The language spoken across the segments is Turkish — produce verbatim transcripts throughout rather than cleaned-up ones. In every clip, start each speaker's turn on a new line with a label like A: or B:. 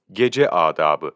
A: Gece adabı.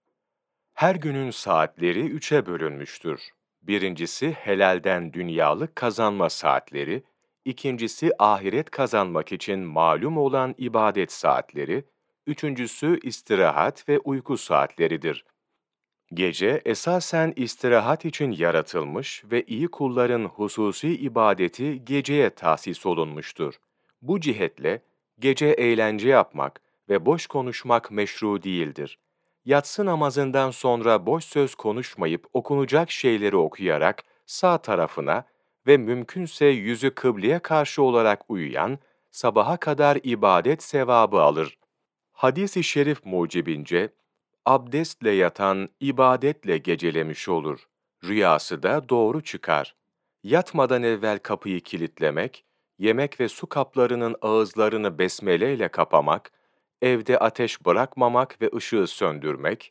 A: Her günün saatleri üçe bölünmüştür. Birincisi helalden dünyalık kazanma saatleri, ikincisi ahiret kazanmak için malum olan ibadet saatleri, üçüncüsü istirahat ve uyku saatleridir. Gece esasen istirahat için yaratılmış ve iyi kulların hususi ibadeti geceye tahsis olunmuştur. Bu cihetle gece eğlence yapmak ve boş konuşmak meşru değildir. Yatsı namazından sonra boş söz konuşmayıp okunacak şeyleri okuyarak sağ tarafına ve mümkünse yüzü kıbleye karşı olarak uyuyan, sabaha kadar ibadet sevabı alır. Hadis-i şerif mucibince, abdestle yatan ibadetle gecelemiş olur. Rüyası da doğru çıkar. Yatmadan evvel kapıyı kilitlemek, yemek ve su kaplarının ağızlarını besmele ile kapamak, evde ateş bırakmamak ve ışığı söndürmek,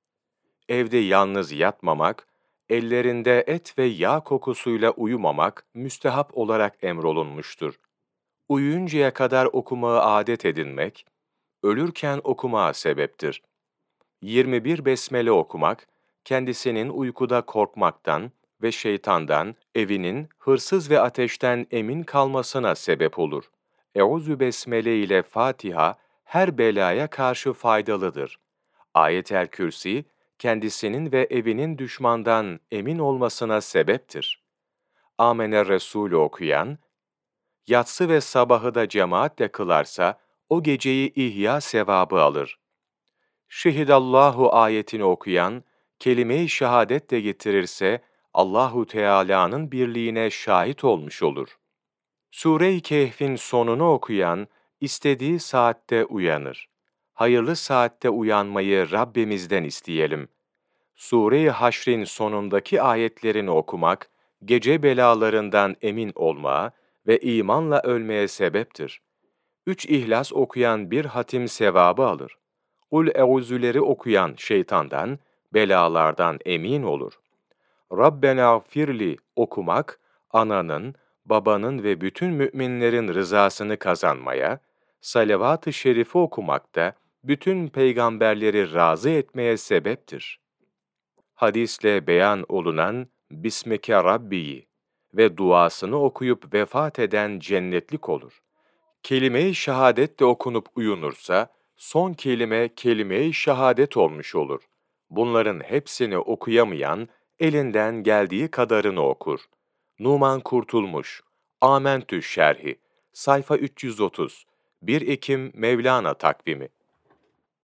A: evde yalnız yatmamak, ellerinde et ve yağ kokusuyla uyumamak müstehap olarak emrolunmuştur. Uyuyuncaya kadar okumayı adet edinmek, ölürken okumaya sebeptir. yirmi bir besmele okumak, kendisinin uykuda korkmaktan ve şeytandan, evinin hırsız ve ateşten emin kalmasına sebep olur. Eûzü besmele ile Fatiha her belaya karşı faydalıdır. Ayet-el Kürsi, kendisinin ve evinin düşmandan emin olmasına sebeptir. Amener Resulü okuyan, yatsı ve sabahı da cemaatle kılarsa, o geceyi ihya sevabı alır. Şehidallahu ayetini okuyan, kelime-i şehadet de getirirse, Allahu Teala'nın birliğine şahit olmuş olur. Sure-i Kehf'in sonunu okuyan, istediği saatte uyanır. Hayırlı saatte uyanmayı Rabbimizden isteyelim. Sure-i Haşr'in sonundaki ayetlerini okumak, gece belalarından emin olmaya ve imanla ölmeye sebeptir. Üç İhlas okuyan bir hatim sevabı alır. Kul euzüleri okuyan şeytandan, belalardan emin olur. Rabbena firli okumak, ananın, babanın ve bütün müminlerin rızasını kazanmaya, salavat-ı şerifi okumak da bütün peygamberleri razı etmeye sebeptir. Hadisle beyan olunan Bismike Rabbi'yi ve duasını okuyup vefat eden cennetlik olur. Kelime-i şehadet de okunup uyunursa, son kelime kelime-i şehadet olmuş olur. Bunların hepsini okuyamayan, elinden geldiği kadarını okur. Numan Kurtulmuş, Amentü Şerhi, sayfa üç yüz otuz, bir Ekim Mevlana takvimi.